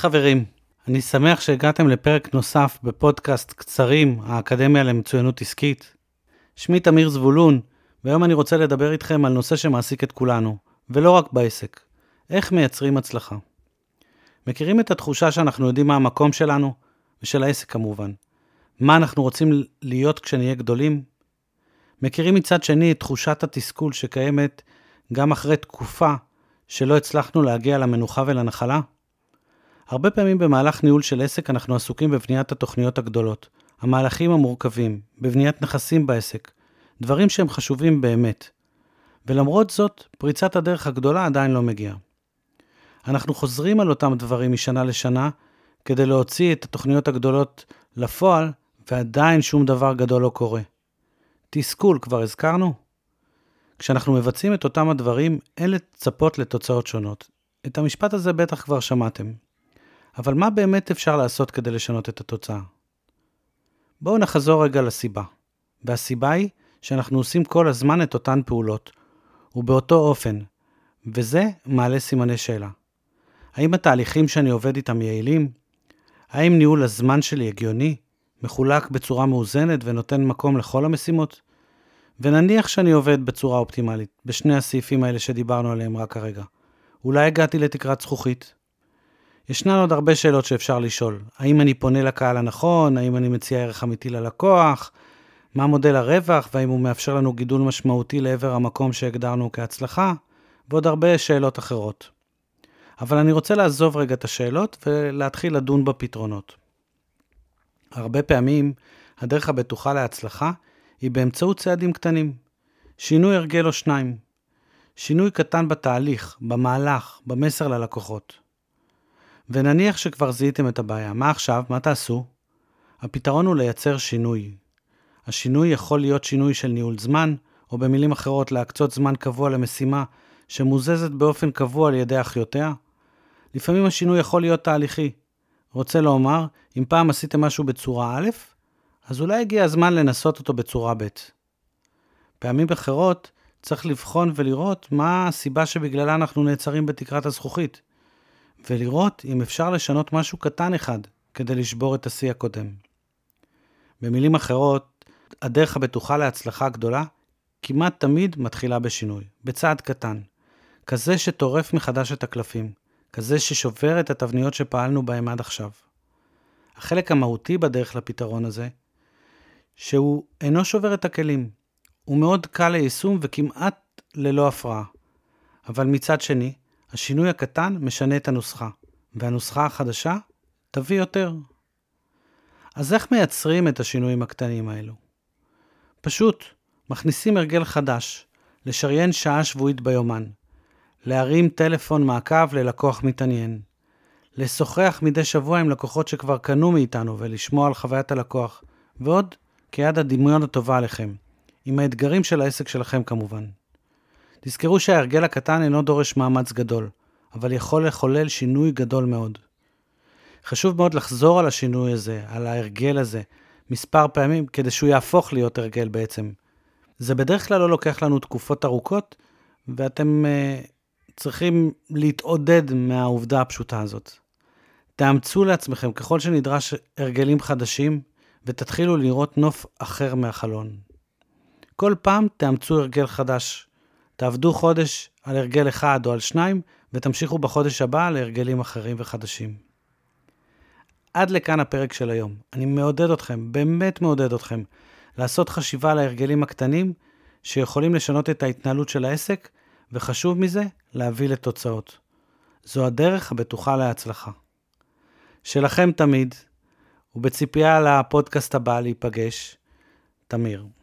היי חברים, אני שמח שהגעתם לפרק נוסף בפודקאסט קצרים, האקדמיה למצוינות עסקית. שמי תמיר זבולון, והיום אני רוצה לדבר איתכם על נושא שמעסיק את כולנו, ולא רק בעסק. איך מייצרים הצלחה? מכירים את התחושה שאנחנו יודעים מה המקום שלנו, ושל העסק כמובן. מה אנחנו רוצים להיות כשנהיה גדולים? מכירים מצד שני את תחושת התסכול שקיימת גם אחרי תקופה שלא הצלחנו להגיע למנוחה ולנחלה? הרבה פעמים במהלך ניהול של עסק אנחנו עסוקים בבניית התוכניות הגדולות, המהלכים המורכבים, בבניית נכסים בעסק, דברים שהם חשובים באמת. ולמרות זאת, פריצת הדרך הגדולה עדיין לא מגיעה. אנחנו חוזרים על אותם דברים משנה לשנה, כדי להוציא את התוכניות הגדולות לפועל, ועדיין שום דבר גדול לא קורה. תסכול כבר הזכרנו? כשאנחנו מבצעים את אותם הדברים, אין לצפות לתוצאות שונות. את המשפט הזה בטח כבר שמעתם. אבל מה באמת אפשר לעשות כדי לשנות את התוצאה? בואו נחזור רגע לסיבה. והסיבה היא שאנחנו עושים כל הזמן את אותן פעולות, ובאותו אופן, וזה מעלה סימני שאלה. האם התהליכים שאני עובד איתם יעילים? האם ניהול הזמן שלי הגיוני, מחולק בצורה מאוזנת ונותן מקום לכל המשימות? ונניח שאני עובד בצורה אופטימלית, בשני הסעיפים האלה שדיברנו עליהם רק הרגע. אולי הגעתי לתקרת זכוכית? ישנן עוד הרבה שאלות שאפשר לשאול. האם אני פונה לקהל הנכון? האם אני מציע ערך אמיתי ללקוח? מה מודל הרווח? והאם הוא מאפשר לנו גידול משמעותי לעבר המקום שהגדרנו כהצלחה? ועוד הרבה שאלות אחרות. אבל אני רוצה לעזוב רגע את השאלות ולהתחיל לדון בפתרונות. הרבה פעמים הדרך הבטוחה להצלחה היא באמצעות צעדים קטנים. שינוי הרגל או שניים. שינוי קטן בתהליך, במהלך, במסר ללקוחות. ונניח שכבר זיהיתם את הבעיה. מה עכשיו? מה תעשו? הפתרון הוא לייצר שינוי. השינוי יכול להיות שינוי של ניהול זמן, או במילים אחרות להקצות זמן קבוע למשימה שמוזזת באופן קבוע על ידי אחיותיה. לפעמים השינוי יכול להיות תהליכי. רוצה לומר, אם פעם עשיתם משהו בצורה א', אז אולי הגיע הזמן לנסות אותו בצורה ב'. פעמים אחרות צריך לבחון ולראות מה הסיבה שבגללה אנחנו נעצרים בתקרת הזכוכית. ולראות אם אפשר לשנות משהו קטן אחד כדי לשבור את השיא הקודם. במילים אחרות, הדרך הבטוחה להצלחה גדולה כמעט תמיד מתחילה בשינוי, בצעד קטן, כזה שטורף מחדש את הקלפים, כזה ששובר את התבניות שפעלנו בהם עד עכשיו. החלק המהותי בדרך לפתרון הזה, שהוא אינו שובר את הכלים, הוא מאוד קל ליישום וכמעט ללא הפרעה. אבל מצד שני, השינוי הקטן משנה את הנוסחה, והנוסחה החדשה תביא יותר. אז איך מייצרים את השינויים הקטנים האלו? פשוט, מכניסים הרגל חדש, לשריין שעה שבועית ביומן, להרים טלפון מעקב ללקוח מתעניין, לשוחח מדי שבוע עם לקוחות שכבר קנו מאיתנו ולשמוע על חוויית הלקוח, ועוד כיד הדמיון הטובה עליכם, עם האתגרים של העסק שלכם כמובן. תזכרו שההרגל הקטן אינו דורש מאמץ גדול, אבל יכול לחולל שינוי גדול מאוד. חשוב מאוד לחזור על השינוי הזה, על ההרגל הזה, מספר פעמים, כדי שהוא יהפוך להיות הרגל בעצם. זה בדרך כלל לא לוקח לנו תקופות ארוכות, ואתם צריכים להתעודד מהעובדה הפשוטה הזאת. תאמצו לעצמכם ככל שנדרש הרגלים חדשים, ותתחילו לראות נוף אחר מהחלון. כל פעם תאמצו הרגל חדש. תעבדו חודש על הרגל אחד או על שניים, ותמשיכו בחודש הבא להרגלים אחרים וחדשים. עד לכאן הפרק של היום. אני מעודד אתכם, באמת מעודד אתכם, לעשות חשיבה על ההרגלים הקטנים, שיכולים לשנות את ההתנהלות של העסק, וחשוב מזה, להביא לתוצאות. זו הדרך הבטוחה להצלחה. שלכם תמיד, ובציפייה לפודקאסט הבא להיפגש, תמיר.